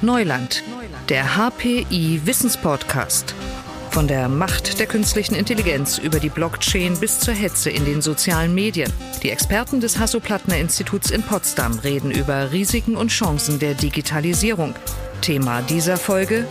Neuland, der HPI Wissenspodcast. Von der Macht der künstlichen Intelligenz über die Blockchain bis zur Hetze in den sozialen Medien. Die Experten des Hasso-Plattner-Instituts in Potsdam reden über Risiken und Chancen der Digitalisierung. Thema dieser Folge: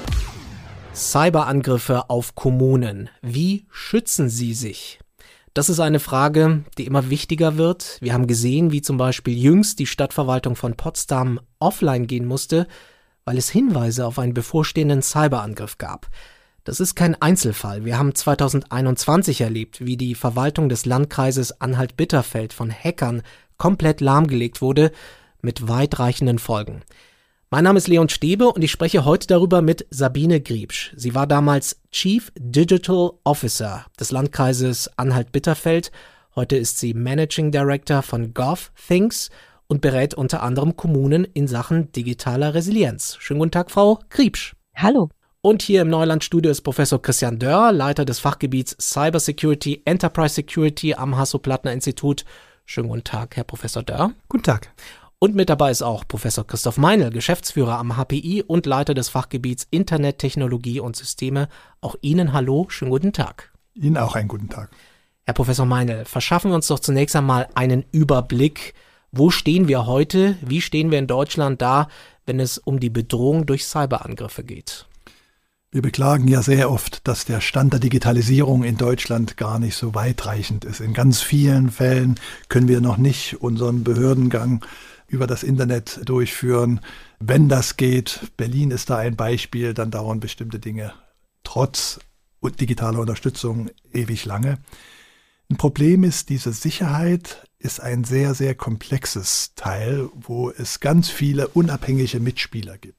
Cyberangriffe auf Kommunen. Wie schützen sie sich? Das ist eine Frage, die immer wichtiger wird. Wir haben gesehen, wie zum Beispiel jüngst die Stadtverwaltung von Potsdam offline gehen musste, weil es Hinweise auf einen bevorstehenden Cyberangriff gab. Das ist kein Einzelfall. Wir haben 2021 erlebt, wie die Verwaltung des Landkreises Anhalt-Bitterfeld von Hackern komplett lahmgelegt wurde, mit weitreichenden Folgen. Mein Name ist Leon Stäbe und ich spreche heute darüber mit Sabine Griebsch. Sie war damals Chief Digital Officer des Landkreises Anhalt-Bitterfeld. Heute ist sie Managing Director von GovThings und berät unter anderem Kommunen in Sachen digitaler Resilienz. Schönen guten Tag, Frau Griebsch. Hallo. Und hier im Neuland-Studio ist Professor Christian Dörr, Leiter des Fachgebiets Cybersecurity, Enterprise Security am Hasso-Plattner-Institut. Schönen guten Tag, Herr Professor Dörr. Guten Tag. Und mit dabei ist auch Professor Christoph Meinl, Geschäftsführer am HPI und Leiter des Fachgebiets Internet, Technologie und Systeme. Auch Ihnen hallo, schönen guten Tag. Ihnen auch einen guten Tag. Herr Professor Meinl, verschaffen wir uns doch zunächst einmal einen Überblick. Wo stehen wir heute? Wie stehen wir in Deutschland da, wenn es um die Bedrohung durch Cyberangriffe geht? Wir beklagen ja sehr oft, dass der Stand der Digitalisierung in Deutschland gar nicht so weitreichend ist. In ganz vielen Fällen können wir noch nicht unseren Behördengang über das Internet durchführen. Wenn das geht, Berlin ist da ein Beispiel, dann dauern bestimmte Dinge trotz digitaler Unterstützung ewig lange. Ein Problem ist, diese Sicherheit ist ein sehr, sehr komplexes Teil, wo es ganz viele unabhängige Mitspieler gibt.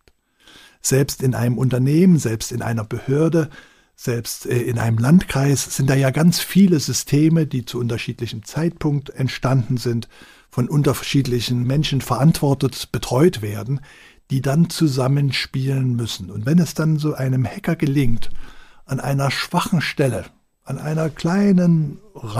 Selbst in einem Unternehmen, selbst in einer Behörde, selbst in einem Landkreis sind da ja ganz viele Systeme, die zu unterschiedlichem Zeitpunkt entstanden sind, von unterschiedlichen Menschen verantwortet, betreut werden, die dann zusammenspielen müssen. Und wenn es dann so einem Hacker gelingt, an einer schwachen Stelle, an einer kleinen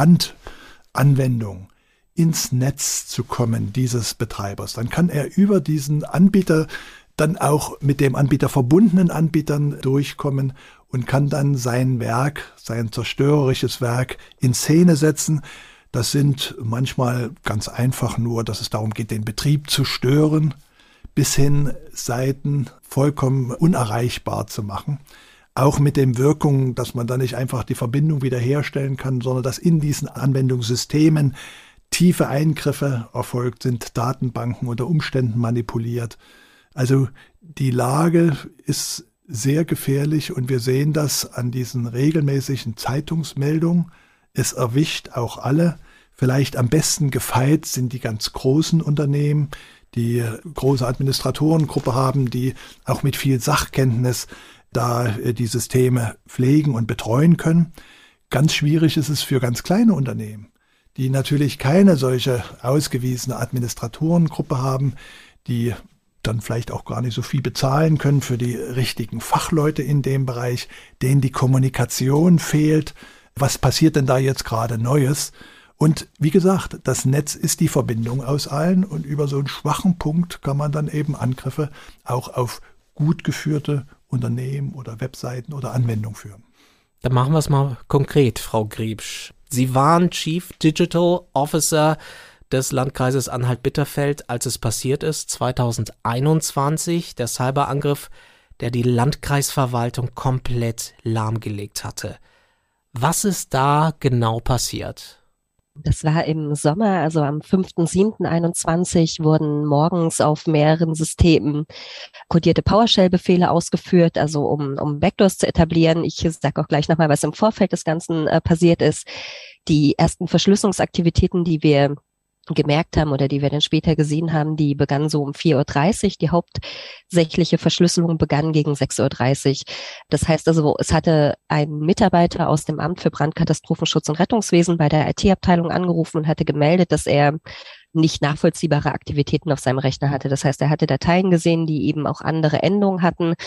Randanwendung ins Netz zu kommen, dieses Betreibers, dann kann er über diesen Anbieter dann auch mit dem Anbieter verbundenen Anbietern durchkommen und kann dann sein Werk, sein zerstörerisches Werk in Szene setzen. Das sind manchmal ganz einfach nur, dass es darum geht, den Betrieb zu stören, bis hin Seiten vollkommen unerreichbar zu machen. Auch mit den Wirkungen, dass man dann nicht einfach die Verbindung wiederherstellen kann, sondern dass in diesen Anwendungssystemen tiefe Eingriffe erfolgt sind, Datenbanken unter Umständen manipuliert. Also die Lage ist sehr gefährlich und wir sehen das an diesen regelmäßigen Zeitungsmeldungen. Es erwischt auch alle. Vielleicht am besten gefeit sind die ganz großen Unternehmen, die große Administratorengruppe haben, die auch mit viel Sachkenntnis da die Systeme pflegen und betreuen können. Ganz schwierig ist es für ganz kleine Unternehmen, die natürlich keine solche ausgewiesene Administratorengruppe haben, die dann vielleicht auch gar nicht so viel bezahlen können für die richtigen Fachleute in dem Bereich, denen die Kommunikation fehlt. Was passiert denn da jetzt gerade Neues? Und wie gesagt, das Netz ist die Verbindung aus allen und über so einen schwachen Punkt kann man dann eben Angriffe auch auf gut geführte Unternehmen oder Webseiten oder Anwendungen führen. Dann machen wir es mal konkret, Frau Griebsch. Sie waren Chief Digital Officer des Landkreises Anhalt-Bitterfeld, als es passiert ist, 2021, der Cyberangriff, der die Landkreisverwaltung komplett lahmgelegt hatte. Was ist da genau passiert? Das war im Sommer, also am 5.7.21 wurden morgens auf mehreren Systemen codierte PowerShell-Befehle ausgeführt, also um Backdoors zu etablieren. Ich sage auch gleich nochmal, was im Vorfeld des Ganzen passiert ist. Die ersten Verschlüsselungsaktivitäten, die wir gemerkt haben oder die wir dann später gesehen haben, die begannen so um 4.30 Uhr. Die hauptsächliche Verschlüsselung begann gegen 6.30 Uhr. Das heißt also, es hatte ein Mitarbeiter aus dem Amt für Brandkatastrophenschutz und Rettungswesen bei der IT-Abteilung angerufen und hatte gemeldet, dass er nicht nachvollziehbare Aktivitäten auf seinem Rechner hatte. Das heißt, er hatte Dateien gesehen, die eben auch andere Endungen hatten.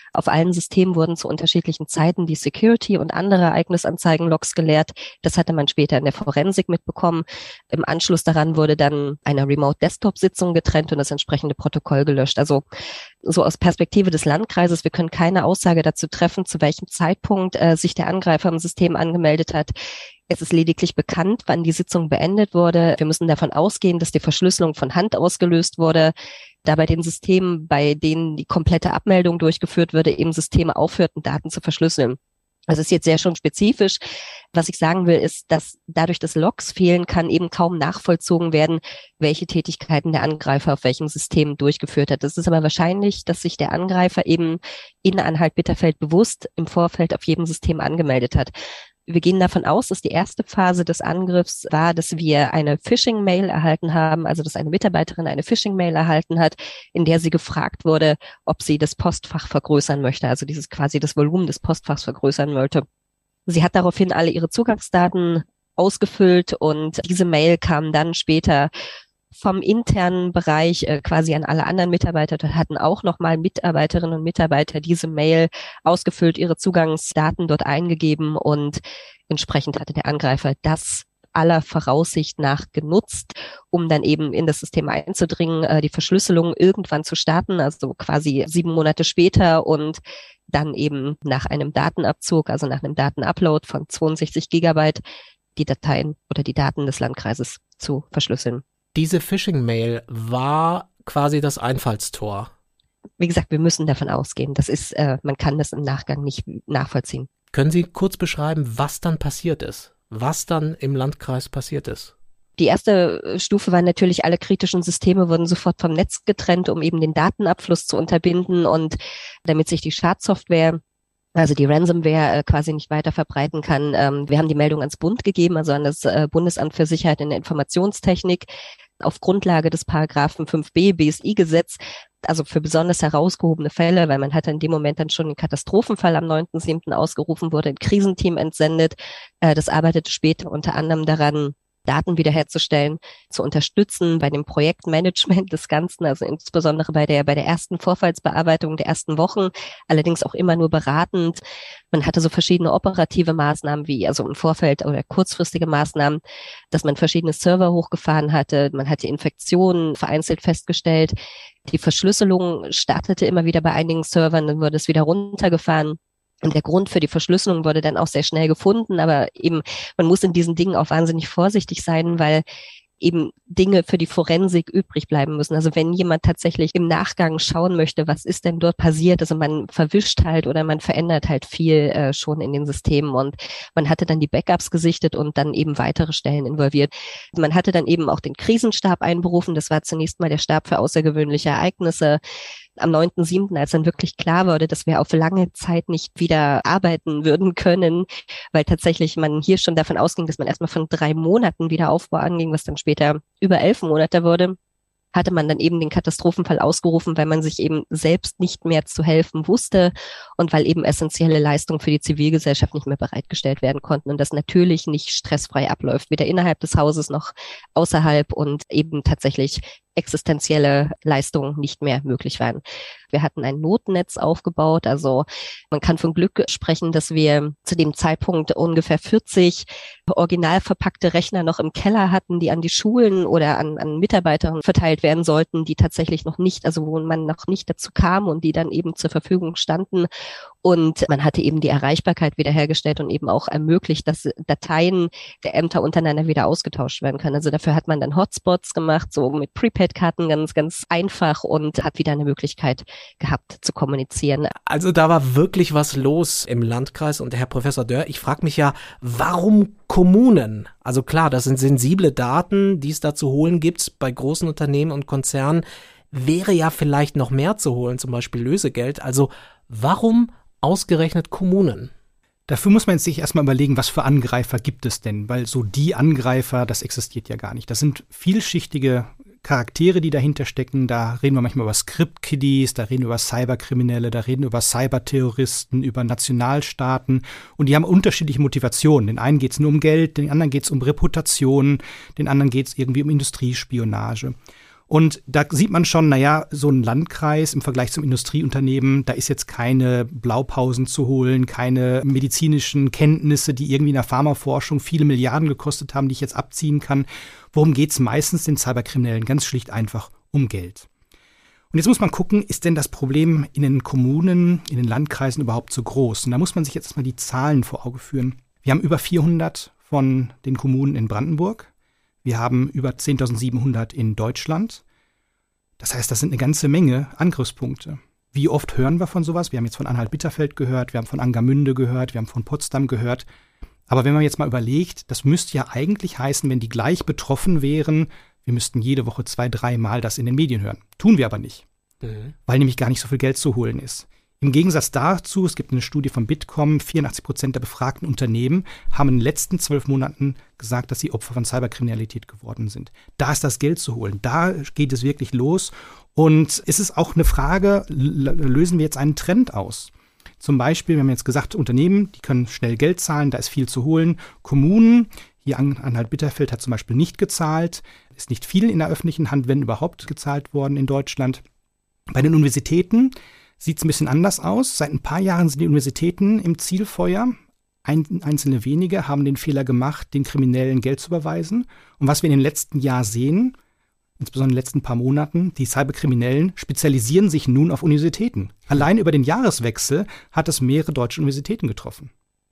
Auf allen Systemen wurden zu unterschiedlichen Zeiten die Security- und andere Ereignisanzeigen-Logs geleert. Das hatte man später in der Forensik mitbekommen. Im Anschluss daran wurde dann eine Remote-Desktop-Sitzung getrennt und das entsprechende Protokoll gelöscht. Also so aus Perspektive des Landkreises, wir können keine Aussage dazu treffen, zu welchem Zeitpunkt sich der Angreifer im System angemeldet hat. Es ist lediglich bekannt, wann die Sitzung beendet wurde. Wir müssen davon ausgehen, dass die Verschlüsselung von Hand ausgelöst wurde, da bei den Systemen, bei denen die komplette Abmeldung durchgeführt wurde, eben Systeme aufhörten, Daten zu verschlüsseln. Also es ist jetzt sehr schon spezifisch. Was ich sagen will, ist, dass dadurch, dass Logs fehlen, kann eben kaum nachvollzogen werden, welche Tätigkeiten der Angreifer auf welchem System durchgeführt hat. Es ist aber wahrscheinlich, dass sich der Angreifer eben in Anhalt-Bitterfeld bewusst im Vorfeld auf jedem System angemeldet hat. Wir gehen davon aus, dass die erste Phase des Angriffs war, dass wir eine Phishing-Mail erhalten haben, also dass eine Mitarbeiterin eine Phishing-Mail erhalten hat, in der sie gefragt wurde, ob sie das Postfach vergrößern möchte, also dieses quasi das Volumen des Postfachs vergrößern wollte. Sie hat daraufhin alle ihre Zugangsdaten ausgefüllt und diese Mail kam dann später vom internen Bereich quasi an alle anderen Mitarbeiter. Da hatten auch nochmal Mitarbeiterinnen und Mitarbeiter diese Mail ausgefüllt, ihre Zugangsdaten dort eingegeben und entsprechend hatte der Angreifer das aller Voraussicht nach genutzt, um dann eben in das System einzudringen, die Verschlüsselung irgendwann zu starten, also quasi 7 Monate später und dann eben nach einem Datenabzug, also nach einem Datenupload von 62 Gigabyte, die Dateien oder die Daten des Landkreises zu verschlüsseln. Diese Phishing-Mail war quasi das Einfallstor. Wie gesagt, wir müssen davon ausgehen. Das ist, man kann das im Nachgang nicht nachvollziehen. Können Sie kurz beschreiben, was dann passiert ist? Was dann im Landkreis passiert ist? Die erste Stufe war natürlich, alle kritischen Systeme wurden sofort vom Netz getrennt, um eben den Datenabfluss zu unterbinden und damit sich die Schadsoftware, also die Ransomware, quasi nicht weiter verbreiten kann. Wir haben die Meldung ans Bund gegeben, also an das Bundesamt für Sicherheit in der Informationstechnik, auf Grundlage des Paragraphen 5b BSI-Gesetz, also für besonders herausgehobene Fälle, weil man hatte in dem Moment dann schon den Katastrophenfall am 9.7. ausgerufen, wurde ein Krisenteam entsendet. Das arbeitete später unter anderem daran, Daten wiederherzustellen, zu unterstützen bei dem Projektmanagement des Ganzen, also insbesondere bei der ersten Vorfallsbearbeitung der ersten Wochen, allerdings auch immer nur beratend. Man hatte so verschiedene operative Maßnahmen wie also im Vorfeld oder kurzfristige Maßnahmen, dass man verschiedene Server hochgefahren hatte, man hatte Infektionen vereinzelt festgestellt. Die Verschlüsselung startete immer wieder bei einigen Servern, dann wurde es wieder runtergefahren. Und der Grund für die Verschlüsselung wurde dann auch sehr schnell gefunden, aber eben, man muss in diesen Dingen auch wahnsinnig vorsichtig sein, weil eben Dinge für die Forensik übrig bleiben müssen. Also wenn jemand tatsächlich im Nachgang schauen möchte, was ist denn dort passiert, also man verwischt halt oder man verändert halt viel schon in den Systemen und man hatte dann die Backups gesichtet und dann eben weitere Stellen involviert. Man hatte dann eben auch den Krisenstab einberufen, das war zunächst mal der Stab für außergewöhnliche Ereignisse. Am 9.7., als dann wirklich klar wurde, dass wir auf lange Zeit nicht wieder arbeiten würden können, weil tatsächlich man hier schon davon ausging, dass man erstmal von 3 Monaten Wiederaufbau anging, was dann später über 11 Monate wurde, hatte man dann eben den Katastrophenfall ausgerufen, weil man sich eben selbst nicht mehr zu helfen wusste und weil eben essentielle Leistungen für die Zivilgesellschaft nicht mehr bereitgestellt werden konnten und das natürlich nicht stressfrei abläuft, weder innerhalb des Hauses noch außerhalb und eben tatsächlich existenzielle Leistungen nicht mehr möglich waren. Wir hatten ein Notnetz aufgebaut, also man kann von Glück sprechen, dass wir zu dem Zeitpunkt ungefähr 40 original verpackte Rechner noch im Keller hatten, die an die Schulen oder an Mitarbeitern verteilt werden sollten, die tatsächlich noch nicht, also wo man noch nicht dazu kam und die dann eben zur Verfügung standen. Und man hatte eben die Erreichbarkeit wiederhergestellt und eben auch ermöglicht, dass Dateien der Ämter untereinander wieder ausgetauscht werden können. Also dafür hat man dann Hotspots gemacht, so mit Prepaid-Karten ganz, ganz einfach und hat wieder eine Möglichkeit gehabt zu kommunizieren. Also da war wirklich was los im Landkreis und Herr Professor Dörr, ich frage mich ja, warum Kommunen? Also klar, das sind sensible Daten, die es da zu holen gibt bei großen Unternehmen und Konzernen. Wäre ja vielleicht noch mehr zu holen, zum Beispiel Lösegeld. Also warum ausgerechnet Kommunen? Dafür muss man sich erstmal überlegen, was für Angreifer gibt es denn? Weil so die Angreifer, das existiert ja gar nicht. Das sind vielschichtige Charaktere, die dahinter stecken. Da reden wir manchmal über Script-Kiddies, da reden wir über Cyberkriminelle, da reden wir über Cyberterroristen, über Nationalstaaten. Und die haben unterschiedliche Motivationen. Den einen geht es nur um Geld, den anderen geht es um Reputation, den anderen geht es irgendwie um Industriespionage. Und da sieht man schon, naja, so ein Landkreis im Vergleich zum Industrieunternehmen, da ist jetzt keine Blaupausen zu holen, keine medizinischen Kenntnisse, die irgendwie in der Pharmaforschung viele Milliarden gekostet haben, die ich jetzt abziehen kann. Worum geht's meistens den Cyberkriminellen? Ganz schlicht einfach um Geld. Und jetzt muss man gucken, ist denn das Problem in den Kommunen, in den Landkreisen überhaupt so groß? Und da muss man sich jetzt erstmal die Zahlen vor Augen führen. Wir haben über 400 von den Kommunen in Brandenburg. Wir haben über 10.700 in Deutschland. Das heißt, das sind eine ganze Menge Angriffspunkte. Wie oft hören wir von sowas? Wir haben jetzt von Anhalt-Bitterfeld gehört, wir haben von Angermünde gehört, wir haben von Potsdam gehört. Aber wenn man jetzt mal überlegt, das müsste ja eigentlich heißen, wenn die gleich betroffen wären, wir müssten jede Woche 2-3 Mal das in den Medien hören. Tun wir aber nicht, weil nämlich gar nicht so viel Geld zu holen ist. Im Gegensatz dazu, es gibt eine Studie von Bitkom, 84% der befragten Unternehmen haben in den letzten 12 Monaten gesagt, dass sie Opfer von Cyberkriminalität geworden sind. Da ist das Geld zu holen, da geht es wirklich los. Und es ist auch eine Frage, lösen wir jetzt einen Trend aus? Zum Beispiel, wir haben jetzt gesagt, Unternehmen, die können schnell Geld zahlen, da ist viel zu holen. Kommunen, hier Anhalt-Bitterfeld hat zum Beispiel nicht gezahlt, ist nicht viel in der öffentlichen Hand, wenn überhaupt, gezahlt worden in Deutschland. Bei den Universitäten sieht es ein bisschen anders aus. Seit ein paar Jahren sind die Universitäten im Zielfeuer. Einzelne wenige haben den Fehler gemacht, den Kriminellen Geld zu überweisen. Und was wir in den letzten Jahren sehen, insbesondere in den letzten paar Monaten, die Cyberkriminellen spezialisieren sich nun auf Universitäten. Allein über den Jahreswechsel hat es mehrere deutsche Universitäten getroffen.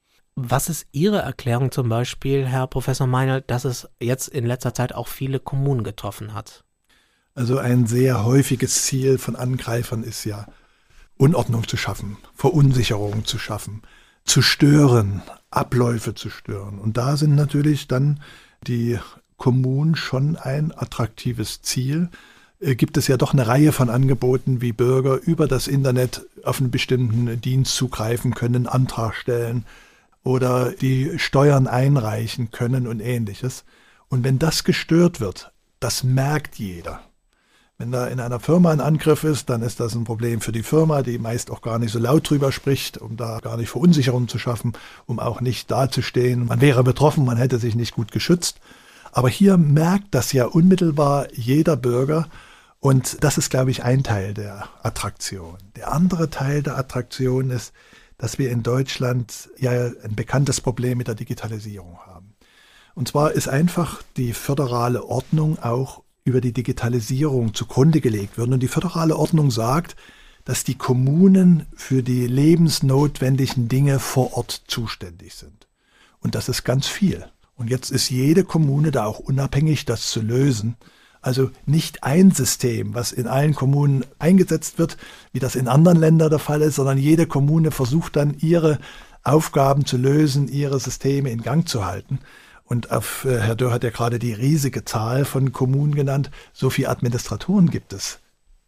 Was ist Ihre Erklärung zum Beispiel, Herr Professor Meinl, dass es jetzt in letzter Zeit auch viele Kommunen getroffen hat? Also ein sehr häufiges Ziel von Angreifern ist ja, Unordnung zu schaffen, Verunsicherung zu schaffen, zu stören, Abläufe zu stören. Und da sind natürlich dann die Kommunen schon ein attraktives Ziel. Gibt es ja doch eine Reihe von Angeboten, wie Bürger über das Internet auf einen bestimmten Dienst zugreifen können, Antrag stellen oder die Steuern einreichen können und Ähnliches. Und wenn das gestört wird, das merkt jeder. Wenn da in einer Firma ein Angriff ist, dann ist das ein Problem für die Firma, die meist auch gar nicht so laut drüber spricht, um da gar nicht Verunsicherung zu schaffen, um auch nicht dazustehen. Man wäre betroffen, man hätte sich nicht gut geschützt. Aber hier merkt das ja unmittelbar jeder Bürger. Und das ist, glaube ich, ein Teil der Attraktion. Der andere Teil der Attraktion ist, dass wir in Deutschland ja ein bekanntes Problem mit der Digitalisierung haben. Und zwar ist einfach die föderale Ordnung auch über die Digitalisierung zugrunde gelegt wird. Und die föderale Ordnung sagt, dass die Kommunen für die lebensnotwendigen Dinge vor Ort zuständig sind. Und das ist ganz viel. Und jetzt ist jede Kommune da auch unabhängig, das zu lösen. Also nicht ein System, was in allen Kommunen eingesetzt wird, wie das in anderen Ländern der Fall ist, sondern jede Kommune versucht dann, ihre Aufgaben zu lösen, ihre Systeme in Gang zu halten. Und Herr Dörr hat ja gerade die riesige Zahl von Kommunen genannt. So viele Administratoren gibt es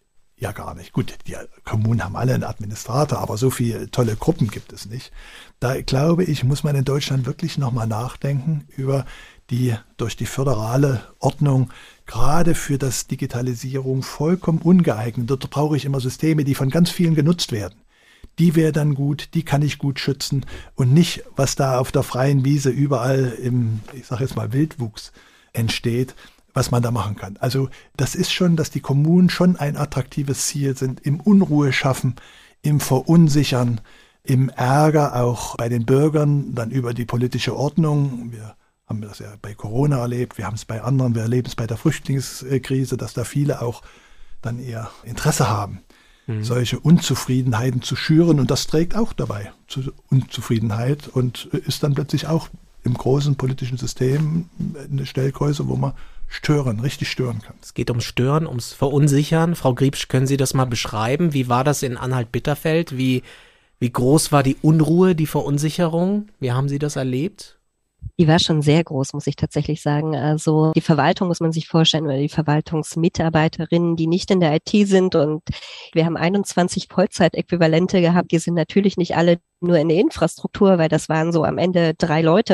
ja gar nicht. Gut, die Kommunen haben alle einen Administrator, aber so viele tolle Gruppen gibt es nicht. Da glaube ich, muss man in Deutschland wirklich nochmal nachdenken über die durch die föderale Ordnung gerade für das Digitalisierung vollkommen ungeeignet. Dort brauche ich immer Systeme, die von ganz vielen genutzt werden. Die wäre dann gut, die kann ich gut schützen und nicht, was da auf der freien Wiese überall im, ich sage jetzt mal, Wildwuchs entsteht, was man da machen kann. Also das ist schon, dass die Kommunen schon ein attraktives Ziel sind, im Unruhe schaffen, im Verunsichern, im Ärger auch bei den Bürgern, dann über die politische Ordnung. Wir haben das ja bei Corona erlebt, wir haben es bei anderen, wir erleben es bei der Flüchtlingskrise, dass da viele auch dann eher Interesse haben, solche Unzufriedenheiten zu schüren. Und das trägt auch dabei zu Unzufriedenheit und ist dann plötzlich auch im großen politischen System eine Stellgröße, wo man richtig stören kann. Es geht ums Stören, ums Verunsichern. Frau Griebsch, können Sie das mal beschreiben? Wie war das in Anhalt-Bitterfeld? Wie groß war die Unruhe, die Verunsicherung? Wie haben Sie das erlebt? Die war schon sehr groß, muss ich tatsächlich sagen. Also die Verwaltung muss man sich vorstellen, oder die Verwaltungsmitarbeiterinnen, die nicht in der IT sind. Und wir haben 21 Vollzeitäquivalente gehabt. Die sind natürlich nicht alle nur in der Infrastruktur, weil das waren so am Ende 3 Leute.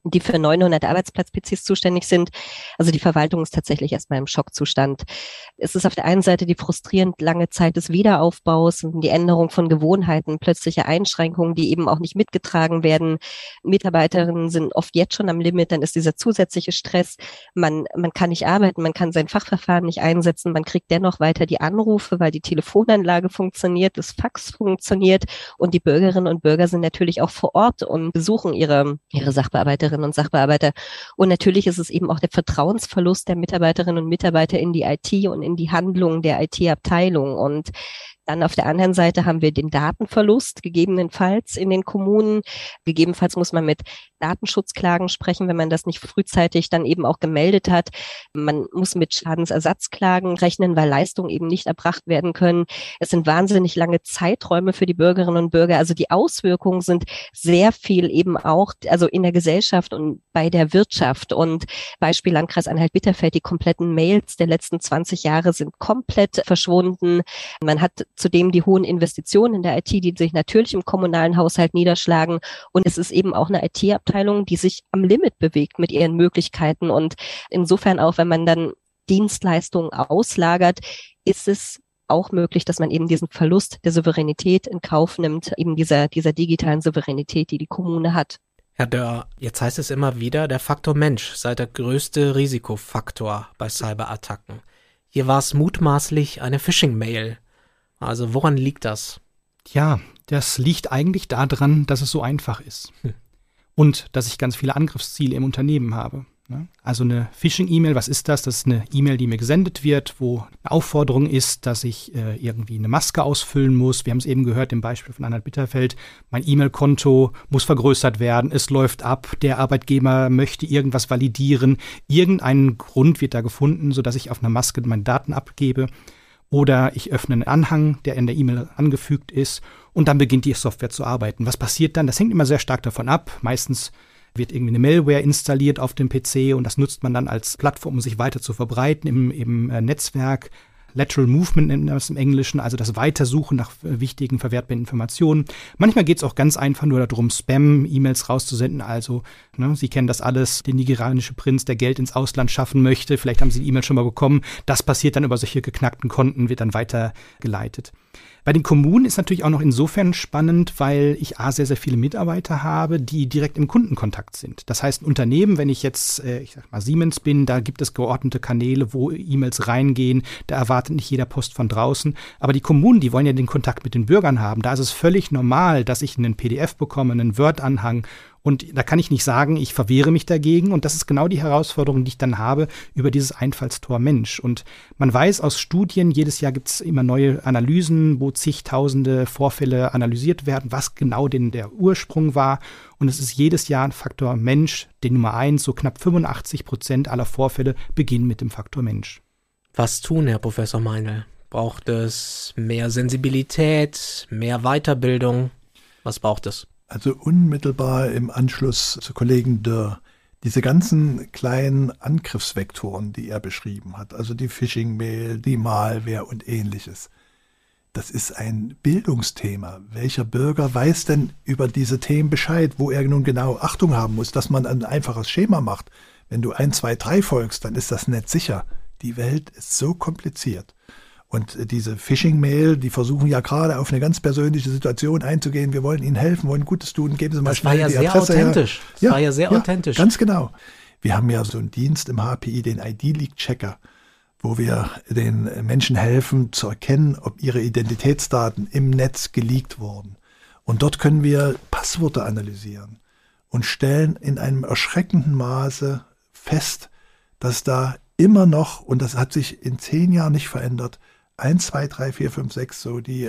die für 900 Arbeitsplatz-PCs zuständig sind. Also die Verwaltung ist tatsächlich erstmal im Schockzustand. Es ist auf der einen Seite die frustrierend lange Zeit des Wiederaufbaus und die Änderung von Gewohnheiten, plötzliche Einschränkungen, die eben auch nicht mitgetragen werden. Mitarbeiterinnen sind oft jetzt schon am Limit, dann ist dieser zusätzliche Stress. Man kann nicht arbeiten, man kann sein Fachverfahren nicht einsetzen, man kriegt dennoch weiter die Anrufe, weil die Telefonanlage funktioniert, das Fax funktioniert und die Bürgerinnen und Bürger sind natürlich auch vor Ort und besuchen ihre Sachbearbeiterinnen und Sachbearbeiter. Und natürlich ist es eben auch der Vertrauensverlust der Mitarbeiterinnen und Mitarbeiter in die IT und in die Handlungen der IT-Abteilung. Und dann auf der anderen Seite haben wir den Datenverlust, gegebenenfalls in den Kommunen. Gegebenenfalls muss man mit Datenschutzklagen sprechen, wenn man das nicht frühzeitig dann eben auch gemeldet hat. Man muss mit Schadensersatzklagen rechnen, weil Leistungen eben nicht erbracht werden können. Es sind wahnsinnig lange Zeiträume für die Bürgerinnen und Bürger. Also die Auswirkungen sind sehr viel eben auch, also in der Gesellschaft und bei der Wirtschaft. Und Beispiel Landkreis Anhalt-Bitterfeld, die kompletten Mails der letzten 20 Jahre sind komplett verschwunden. Man hat zudem die hohen Investitionen in der IT, die sich natürlich im kommunalen Haushalt niederschlagen. Und es ist eben auch eine IT-Abteilung, die sich am Limit bewegt mit ihren Möglichkeiten. Und insofern auch, wenn man dann Dienstleistungen auslagert, ist es auch möglich, dass man eben diesen Verlust der Souveränität in Kauf nimmt, eben dieser digitalen Souveränität, die die Kommune hat. Herr Dörr, jetzt heißt es immer wieder, der Faktor Mensch sei der größte Risikofaktor bei Cyberattacken. Hier war es mutmaßlich eine Phishing-Mail. Also woran liegt das? Ja, das liegt eigentlich daran, dass es so einfach ist. Und dass ich ganz viele Angriffsziele im Unternehmen habe. Also eine Phishing-E-Mail, was ist das? Das ist eine E-Mail, die mir gesendet wird, wo eine Aufforderung ist, dass ich irgendwie eine Maske ausfüllen muss. Wir haben es eben gehört im Beispiel von Anhalt-Bitterfeld. Mein E-Mail-Konto muss vergrößert werden, es läuft ab, der Arbeitgeber möchte irgendwas validieren. Irgendein Grund wird da gefunden, sodass ich auf einer Maske meine Daten abgebe. Oder ich öffne einen Anhang, der in der E-Mail angefügt ist und dann beginnt die Software zu arbeiten. Was passiert dann? Das hängt immer sehr stark davon ab. Meistens wird irgendwie eine Malware installiert auf dem PC und das nutzt man dann als Plattform, um sich weiter zu verbreiten im Netzwerk. Lateral Movement nennt man das im Englischen, also das Weitersuchen nach wichtigen, verwertbaren Informationen. Manchmal geht es auch ganz einfach nur darum, Spam-E-Mails rauszusenden. Also, Sie kennen das alles, der nigerianische Prinz, der Geld ins Ausland schaffen möchte. Vielleicht haben Sie die E-Mail schon mal bekommen. Das passiert dann über solche geknackten Konten, wird dann weitergeleitet. Bei den Kommunen ist natürlich auch noch insofern spannend, weil ich sehr, sehr viele Mitarbeiter habe, die direkt im Kundenkontakt sind. Das heißt, ein Unternehmen, wenn ich jetzt, ich sag mal Siemens bin, da gibt es geordnete Kanäle, wo E-Mails reingehen, da erwartet nicht jeder Post von draußen. Aber die Kommunen, die wollen ja den Kontakt mit den Bürgern haben. Da ist es völlig normal, dass ich einen PDF bekomme, einen Word-Anhang. Und da kann ich nicht sagen, ich verwehre mich dagegen. Und das ist genau die Herausforderung, die ich dann habe über dieses Einfallstor Mensch. Und man weiß aus Studien, jedes Jahr gibt es immer neue Analysen, wo zigtausende Vorfälle analysiert werden, was genau denn der Ursprung war. Und es ist jedes Jahr ein Faktor Mensch, die Nummer 1, so knapp 85% aller Vorfälle beginnen mit dem Faktor Mensch. Was tun, Herr Professor Meinl? Braucht es mehr Sensibilität, mehr Weiterbildung? Was braucht es? Also unmittelbar im Anschluss zu Kollegen Dörr, diese ganzen kleinen Angriffsvektoren, die er beschrieben hat, also die Phishing-Mail, die Malware und ähnliches, das ist ein Bildungsthema. Welcher Bürger weiß denn über diese Themen Bescheid, wo er nun genau Achtung haben muss, dass man ein einfaches Schema macht? Wenn du 1, 2, 3 folgst, dann ist das nicht sicher. Die Welt ist so kompliziert. Und diese Phishing-Mail, die versuchen ja gerade auf eine ganz persönliche Situation einzugehen. Wir wollen Ihnen helfen, wollen Gutes tun, geben Sie mal schnell die Adresse her. Das war ja sehr authentisch. Ganz genau. Wir haben ja so einen Dienst im HPI, den ID-Leak-Checker, wo wir den Menschen helfen zu erkennen, ob ihre Identitätsdaten im Netz geleakt wurden. Und dort können wir Passwörter analysieren und stellen in einem erschreckenden Maße fest, dass da immer noch, und das hat sich in 10 Jahren nicht verändert, 1, 2, 3, 4, 5, 6 so die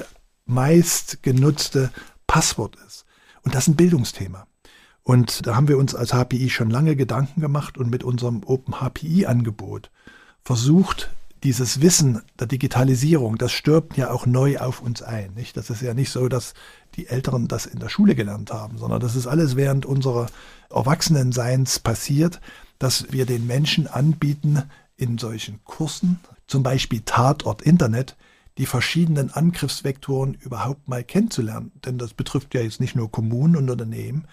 meist genutzte Passwort ist. Und das ist ein Bildungsthema. Und da haben wir uns als HPI schon lange Gedanken gemacht und mit unserem Open HPI-Angebot versucht, dieses Wissen der Digitalisierung, das stirbt ja auch neu auf uns ein. Nicht? Das ist ja nicht so, dass die Älteren das in der Schule gelernt haben, sondern das ist alles während unserer Erwachsenenseins passiert, dass wir den Menschen anbieten, in solchen Kursen, zum Beispiel Tatort Internet, die verschiedenen Angriffsvektoren überhaupt mal kennenzulernen. Denn das betrifft ja jetzt nicht nur Kommunen und Unternehmen,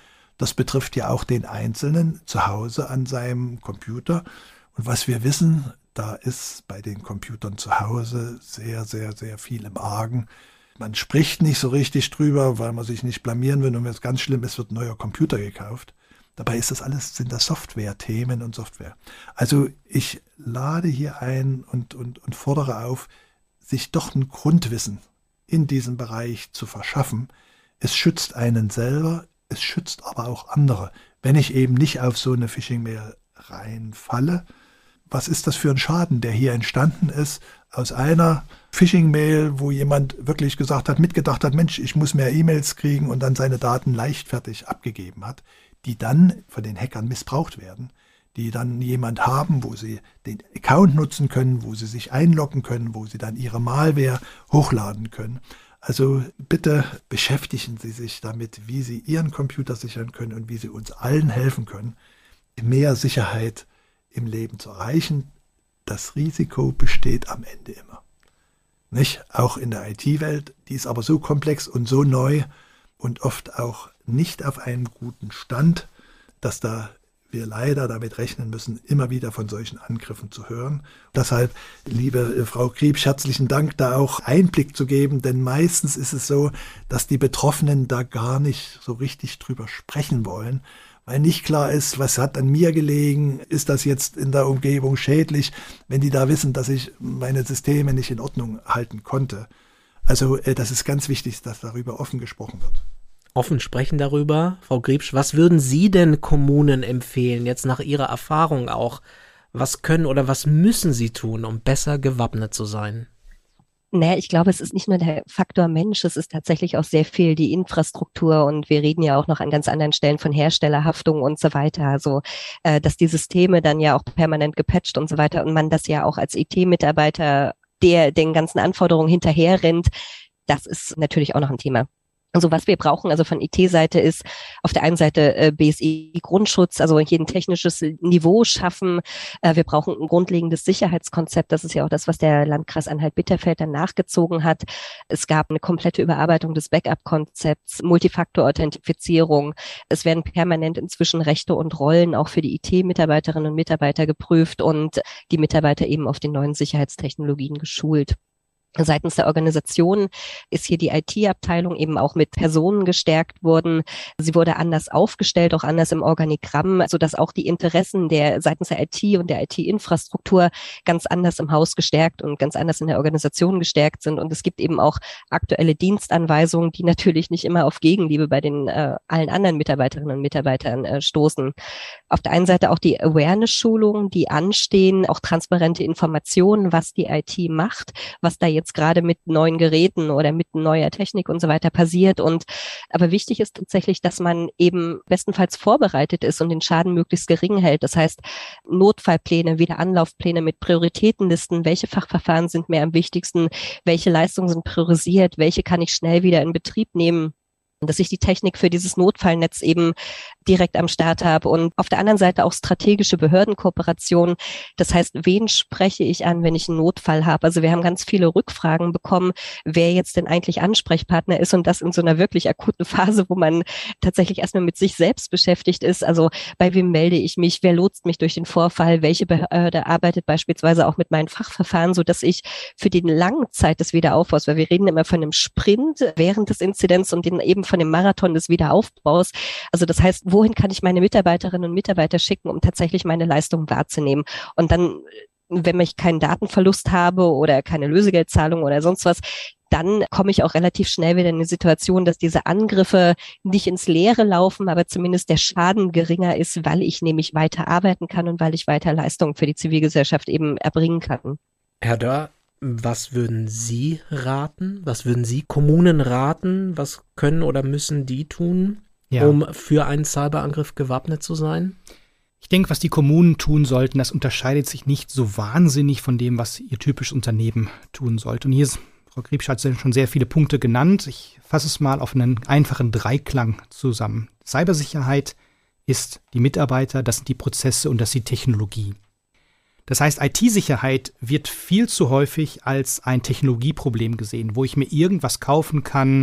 Das betrifft ja auch den Einzelnen zu Hause an seinem Computer. Und was wir wissen, da ist bei den Computern zu Hause sehr, sehr, sehr viel im Argen. Man spricht nicht so richtig drüber, weil man sich nicht blamieren will. Und wenn es ganz schlimm ist, wird ein neuer Computer gekauft. Dabei sind das Software-Themen und Software. Also ich lade hier ein und fordere auf, sich doch ein Grundwissen in diesem Bereich zu verschaffen. Es schützt einen selber, es schützt aber auch andere. Wenn ich eben nicht auf so eine Phishing-Mail reinfalle, was ist das für ein Schaden, der hier entstanden ist aus einer Phishing-Mail, wo jemand wirklich mitgedacht hat, Mensch, ich muss mehr E-Mails kriegen und dann seine Daten leichtfertig abgegeben hat, die dann von den Hackern missbraucht werden, die dann jemand haben, wo sie den Account nutzen können, wo sie sich einloggen können, wo sie dann ihre Malware hochladen können. Also bitte beschäftigen Sie sich damit, wie Sie Ihren Computer sichern können und wie Sie uns allen helfen können, mehr Sicherheit im Leben zu erreichen. Das Risiko besteht am Ende immer. Nicht? Auch in der IT-Welt, die ist aber so komplex und so neu und oft auch nicht auf einem guten Stand, dass wir leider damit rechnen müssen, immer wieder von solchen Angriffen zu hören. Deshalb, liebe Frau Kriebsch, herzlichen Dank, da auch Einblick zu geben, denn meistens ist es so, dass die Betroffenen da gar nicht so richtig drüber sprechen wollen, weil nicht klar ist, was hat an mir gelegen, ist das jetzt in der Umgebung schädlich, wenn die da wissen, dass ich meine Systeme nicht in Ordnung halten konnte. Also das ist ganz wichtig, dass darüber offen gesprochen wird. Offen sprechen darüber. Frau Kriebsch, was würden Sie denn Kommunen empfehlen, jetzt nach Ihrer Erfahrung auch? Was können oder was müssen sie tun, um besser gewappnet zu sein? Naja, ich glaube, es ist nicht nur der Faktor Mensch, es ist tatsächlich auch sehr viel die Infrastruktur und wir reden ja auch noch an ganz anderen Stellen von Herstellerhaftung und so weiter. Also, dass die Systeme dann ja auch permanent gepatcht und so weiter und man das ja auch als IT-Mitarbeiter, der den ganzen Anforderungen hinterherrennt, das ist natürlich auch noch ein Thema. Also was wir brauchen, also von IT-Seite ist auf der einen Seite BSI-Grundschutz, also hier ein technisches Niveau schaffen. Wir brauchen ein grundlegendes Sicherheitskonzept. Das ist ja auch das, was der Landkreis Anhalt-Bitterfeld dann nachgezogen hat. Es gab eine komplette Überarbeitung des Backup-Konzepts, Multifaktor-Authentifizierung. Es werden permanent inzwischen Rechte und Rollen auch für die IT-Mitarbeiterinnen und Mitarbeiter geprüft und die Mitarbeiter eben auf den neuen Sicherheitstechnologien geschult. Seitens der Organisation ist hier die IT-Abteilung eben auch mit Personen gestärkt worden. Sie wurde anders aufgestellt, auch anders im Organigramm, sodass auch die Interessen seitens der IT und der IT-Infrastruktur ganz anders im Haus gestärkt und ganz anders in der Organisation gestärkt sind. Und es gibt eben auch aktuelle Dienstanweisungen, die natürlich nicht immer auf Gegenliebe bei den allen anderen Mitarbeiterinnen und Mitarbeitern stoßen. Auf der einen Seite auch die Awareness-Schulungen, die anstehen, auch transparente Informationen, was die IT macht, was da jetzt gerade mit neuen Geräten oder mit neuer Technik und so weiter passiert. Aber wichtig ist tatsächlich, dass man eben bestenfalls vorbereitet ist und den Schaden möglichst gering hält. Das heißt, Notfallpläne, Wiederanlaufpläne mit Prioritätenlisten, welche Fachverfahren sind mir am wichtigsten, welche Leistungen sind priorisiert, welche kann ich schnell wieder in Betrieb nehmen, dass ich die Technik für dieses Notfallnetz eben direkt am Start habe und auf der anderen Seite auch strategische Behördenkooperation. Das heißt, wen spreche ich an, wenn ich einen Notfall habe? Also wir haben ganz viele Rückfragen bekommen, wer jetzt denn eigentlich Ansprechpartner ist und das in so einer wirklich akuten Phase, wo man tatsächlich erstmal mit sich selbst beschäftigt ist. Also bei wem melde ich mich? Wer lotst mich durch den Vorfall? Welche Behörde arbeitet beispielsweise auch mit meinen Fachverfahren, sodass ich für die lange Zeit des Wiederaufbaus, weil wir reden immer von einem Sprint während des Inzidents und den eben von dem Marathon des Wiederaufbaus. Also das heißt, wohin kann ich meine Mitarbeiterinnen und Mitarbeiter schicken, um tatsächlich meine Leistung wahrzunehmen? Und dann, wenn ich keinen Datenverlust habe oder keine Lösegeldzahlung oder sonst was, dann komme ich auch relativ schnell wieder in eine Situation, dass diese Angriffe nicht ins Leere laufen, aber zumindest der Schaden geringer ist, weil ich nämlich weiter arbeiten kann und weil ich weiter Leistungen für die Zivilgesellschaft eben erbringen kann. Herr Dörr, was würden Sie raten? Was würden Sie Kommunen raten? Was können oder müssen die tun, um für einen Cyberangriff gewappnet zu sein? Ich denke, was die Kommunen tun sollten, das unterscheidet sich nicht so wahnsinnig von dem, was ihr typisches Unternehmen tun sollte. Und hier ist, Frau Kriebsch hat schon sehr viele Punkte genannt. Ich fasse es mal auf einen einfachen Dreiklang zusammen. Cybersicherheit ist die Mitarbeiter, das sind die Prozesse und das ist die Technologie. Das heißt, IT-Sicherheit wird viel zu häufig als ein Technologieproblem gesehen, wo ich mir irgendwas kaufen kann,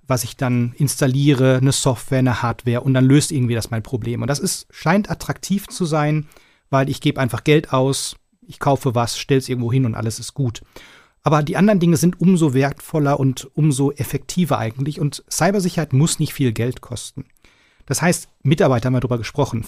was ich dann installiere, eine Software, eine Hardware und dann löst irgendwie das mein Problem. Und das scheint attraktiv zu sein, weil ich gebe einfach Geld aus, ich kaufe was, stelle es irgendwo hin und alles ist gut. Aber die anderen Dinge sind umso wertvoller und umso effektiver eigentlich. Und Cybersicherheit muss nicht viel Geld kosten. Das heißt, Mitarbeiter haben wir darüber gesprochen,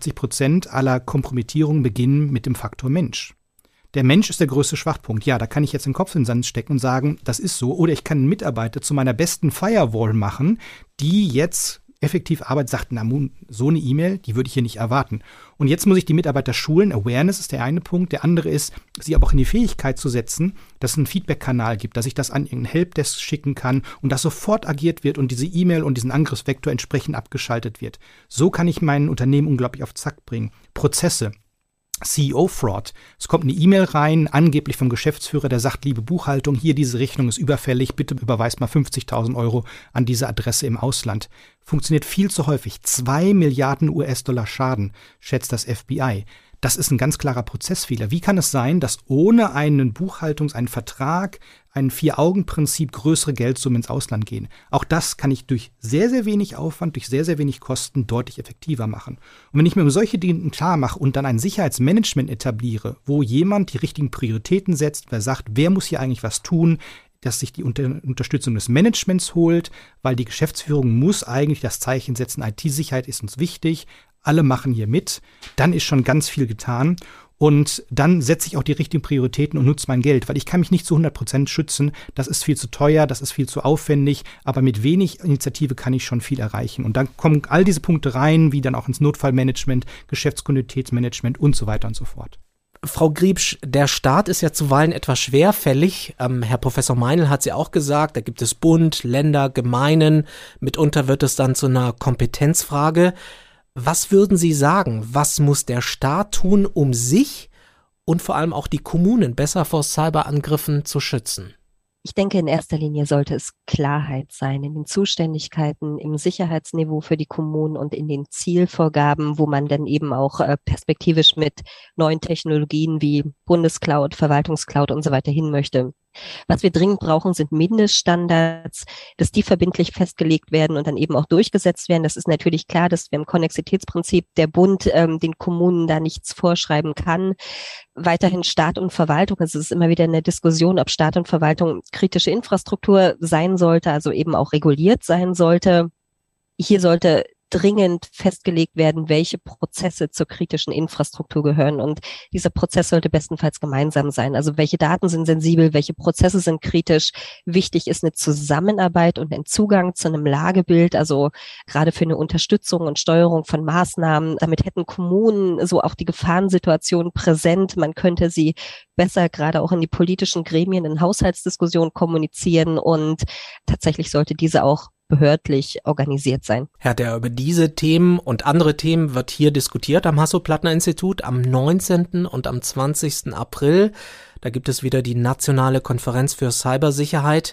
85% aller Kompromittierungen beginnen mit dem Faktor Mensch. Der Mensch ist der größte Schwachpunkt. Ja, da kann ich jetzt den Kopf in den Sand stecken und sagen, das ist so. Oder ich kann einen Mitarbeiter zu meiner besten Firewall machen, die jetzt effektiv arbeitet, sagt, na, so eine E-Mail, die würde ich hier nicht erwarten. Und jetzt muss ich die Mitarbeiter schulen. Awareness ist der eine Punkt. Der andere ist, sie aber auch in die Fähigkeit zu setzen, dass es einen Feedback-Kanal gibt, dass ich das an irgendeinen Helpdesk schicken kann und dass sofort agiert wird und diese E-Mail und diesen Angriffsvektor entsprechend abgeschaltet wird. So kann ich mein Unternehmen unglaublich auf Zack bringen. Prozesse. CEO-Fraud. Es kommt eine E-Mail rein, angeblich vom Geschäftsführer, der sagt, liebe Buchhaltung, hier diese Rechnung ist überfällig, bitte überweist mal 50.000 € an diese Adresse im Ausland. Funktioniert viel zu häufig. 2 Milliarden US-Dollar Schaden, schätzt das FBI. Das ist ein ganz klarer Prozessfehler. Wie kann es sein, dass ohne einen einen Vertrag, ein 4-Augen-Prinzip größere Geldsummen ins Ausland gehen? Auch das kann ich durch sehr, sehr wenig Aufwand, durch sehr, sehr wenig Kosten deutlich effektiver machen. Und wenn ich mir um solche Dinge klar mache und dann ein Sicherheitsmanagement etabliere, wo jemand die richtigen Prioritäten setzt, wer sagt, wer muss hier eigentlich was tun, dass sich die Unterstützung des Managements holt, weil die Geschäftsführung muss eigentlich das Zeichen setzen, IT-Sicherheit ist uns wichtig, alle machen hier mit, dann ist schon ganz viel getan. Und dann setze ich auch die richtigen Prioritäten und nutze mein Geld, weil ich kann mich nicht zu 100% schützen. Das ist viel zu teuer, das ist viel zu aufwendig, aber mit wenig Initiative kann ich schon viel erreichen. Und dann kommen all diese Punkte rein, wie dann auch ins Notfallmanagement, Geschäftskontinuitätsmanagement und so weiter und so fort. Frau Griebsch, der Staat ist ja zuweilen etwas schwerfällig. Herr Professor Meinl hat es ja auch gesagt, da gibt es Bund, Länder, Gemeinden. Mitunter wird es dann zu einer Kompetenzfrage. Was würden Sie sagen, was muss der Staat tun, um sich und vor allem auch die Kommunen besser vor Cyberangriffen zu schützen? Ich denke, in erster Linie sollte es Klarheit sein in den Zuständigkeiten, im Sicherheitsniveau für die Kommunen und in den Zielvorgaben, wo man dann eben auch perspektivisch mit neuen Technologien wie Bundescloud, Verwaltungscloud und so weiter hin möchte. Was wir dringend brauchen, sind Mindeststandards, dass die verbindlich festgelegt werden und dann eben auch durchgesetzt werden. Das ist natürlich klar, dass wir im Konnexitätsprinzip der Bund den Kommunen da nichts vorschreiben kann. Weiterhin Staat und Verwaltung. Also es ist immer wieder eine Diskussion, ob Staat und Verwaltung kritische Infrastruktur sein sollte, also eben auch reguliert sein sollte. Hier sollte dringend festgelegt werden, welche Prozesse zur kritischen Infrastruktur gehören. Und dieser Prozess sollte bestenfalls gemeinsam sein. Also welche Daten sind sensibel, welche Prozesse sind kritisch. Wichtig ist eine Zusammenarbeit und ein Zugang zu einem Lagebild, also gerade für eine Unterstützung und Steuerung von Maßnahmen. Damit hätten Kommunen so auch die Gefahrensituation präsent. Man könnte sie besser gerade auch in die politischen Gremien, in Haushaltsdiskussionen kommunizieren und tatsächlich sollte diese auch behördlich organisiert sein. Herr Derr, über diese Themen und andere Themen wird hier diskutiert am Hasso-Plattner-Institut am 19. und am 20. April. Da gibt es wieder die Nationale Konferenz für Cybersicherheit.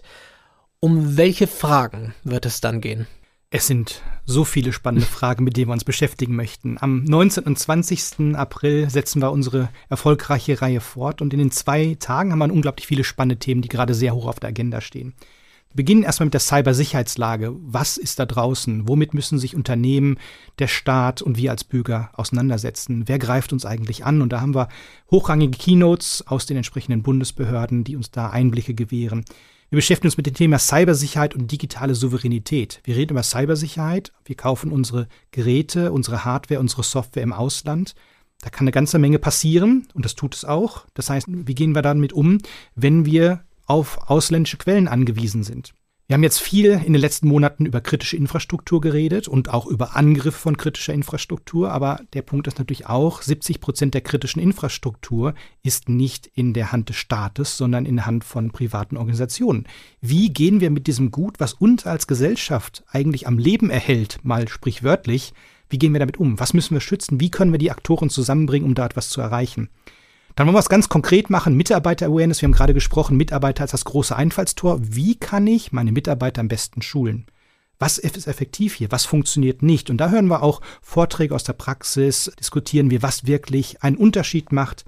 Um welche Fragen wird es dann gehen? Es sind so viele spannende Fragen, mit denen wir uns beschäftigen möchten. Am 19. und 20. April setzen wir unsere erfolgreiche Reihe fort und in den 2 Tagen haben wir unglaublich viele spannende Themen, die gerade sehr hoch auf der Agenda stehen. Wir beginnen erstmal mit der Cybersicherheitslage. Was ist da draußen? Womit müssen sich Unternehmen, der Staat und wir als Bürger auseinandersetzen? Wer greift uns eigentlich an? Und da haben wir hochrangige Keynotes aus den entsprechenden Bundesbehörden, die uns da Einblicke gewähren. Wir beschäftigen uns mit dem Thema Cybersicherheit und digitale Souveränität. Wir reden über Cybersicherheit. Wir kaufen unsere Geräte, unsere Hardware, unsere Software im Ausland. Da kann eine ganze Menge passieren und das tut es auch. Das heißt, wie gehen wir damit um, wenn wir auf ausländische Quellen angewiesen sind? Wir haben jetzt viel in den letzten Monaten über kritische Infrastruktur geredet und auch über Angriffe von kritischer Infrastruktur. Aber der Punkt ist natürlich auch, 70% der kritischen Infrastruktur ist nicht in der Hand des Staates, sondern in der Hand von privaten Organisationen. Wie gehen wir mit diesem Gut, was uns als Gesellschaft eigentlich am Leben erhält, mal sprichwörtlich, wie gehen wir damit um? Was müssen wir schützen? Wie können wir die Aktoren zusammenbringen, um da etwas zu erreichen? Dann wollen wir es ganz konkret machen, Mitarbeiter-Awareness. Wir haben gerade gesprochen, Mitarbeiter als das große Einfallstor. Wie kann ich meine Mitarbeiter am besten schulen? Was ist effektiv hier? Was funktioniert nicht? Und da hören wir auch Vorträge aus der Praxis, diskutieren wir, was wirklich einen Unterschied macht.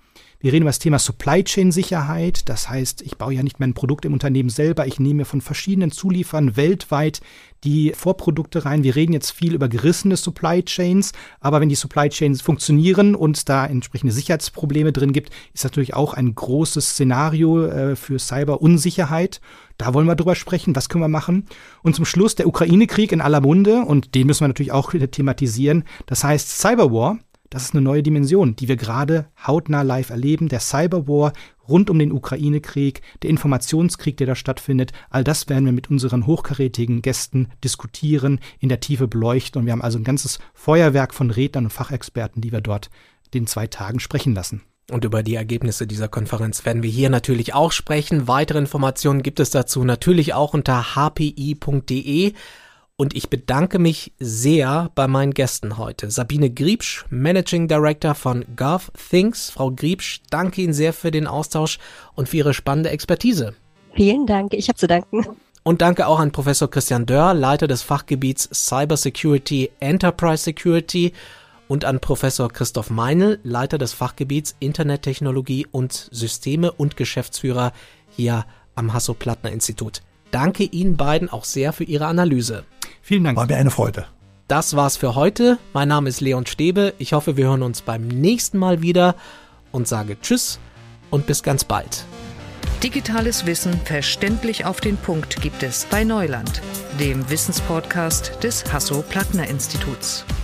Wir reden über das Thema Supply Chain Sicherheit. Das heißt, ich baue ja nicht mein Produkt im Unternehmen selber. Ich nehme von verschiedenen Zulieferern weltweit die Vorprodukte rein. Wir reden jetzt viel über gerissene Supply Chains, aber wenn die Supply Chains funktionieren und da entsprechende Sicherheitsprobleme drin gibt, ist natürlich auch ein großes Szenario für Cyberunsicherheit. Da wollen wir drüber sprechen, was können wir machen. Und zum Schluss der Ukraine-Krieg in aller Munde, und den müssen wir natürlich auch thematisieren. Das heißt Cyberwar, das ist eine neue Dimension, die wir gerade hautnah live erleben. Der Cyberwar rund um den Ukraine-Krieg, der Informationskrieg, der da stattfindet, all das werden wir mit unseren hochkarätigen Gästen diskutieren, in der Tiefe beleuchten. Und wir haben also ein ganzes Feuerwerk von Rednern und Fachexperten, die wir dort den 2 Tagen sprechen lassen. Und über die Ergebnisse dieser Konferenz werden wir hier natürlich auch sprechen. Weitere Informationen gibt es dazu natürlich auch unter hpi.de. Und ich bedanke mich sehr bei meinen Gästen heute. Sabine Griebsch, Managing Director von GovThinks. Frau Griebsch, danke Ihnen sehr für den Austausch und für Ihre spannende Expertise. Vielen Dank, ich habe zu danken. Und danke auch an Professor Christian Dörr, Leiter des Fachgebiets Cybersecurity Enterprise Security, und an Professor Christoph Meinl, Leiter des Fachgebiets Internettechnologie und Systeme und Geschäftsführer hier am Hasso-Plattner-Institut. Danke Ihnen beiden auch sehr für Ihre Analyse. Vielen Dank. War mir eine Freude. Das war's für heute. Mein Name ist Leon Stäbe. Ich hoffe, wir hören uns beim nächsten Mal wieder und sage Tschüss und bis ganz bald. Digitales Wissen verständlich auf den Punkt gibt es bei Neuland, dem Wissenspodcast des Hasso-Plattner-Instituts.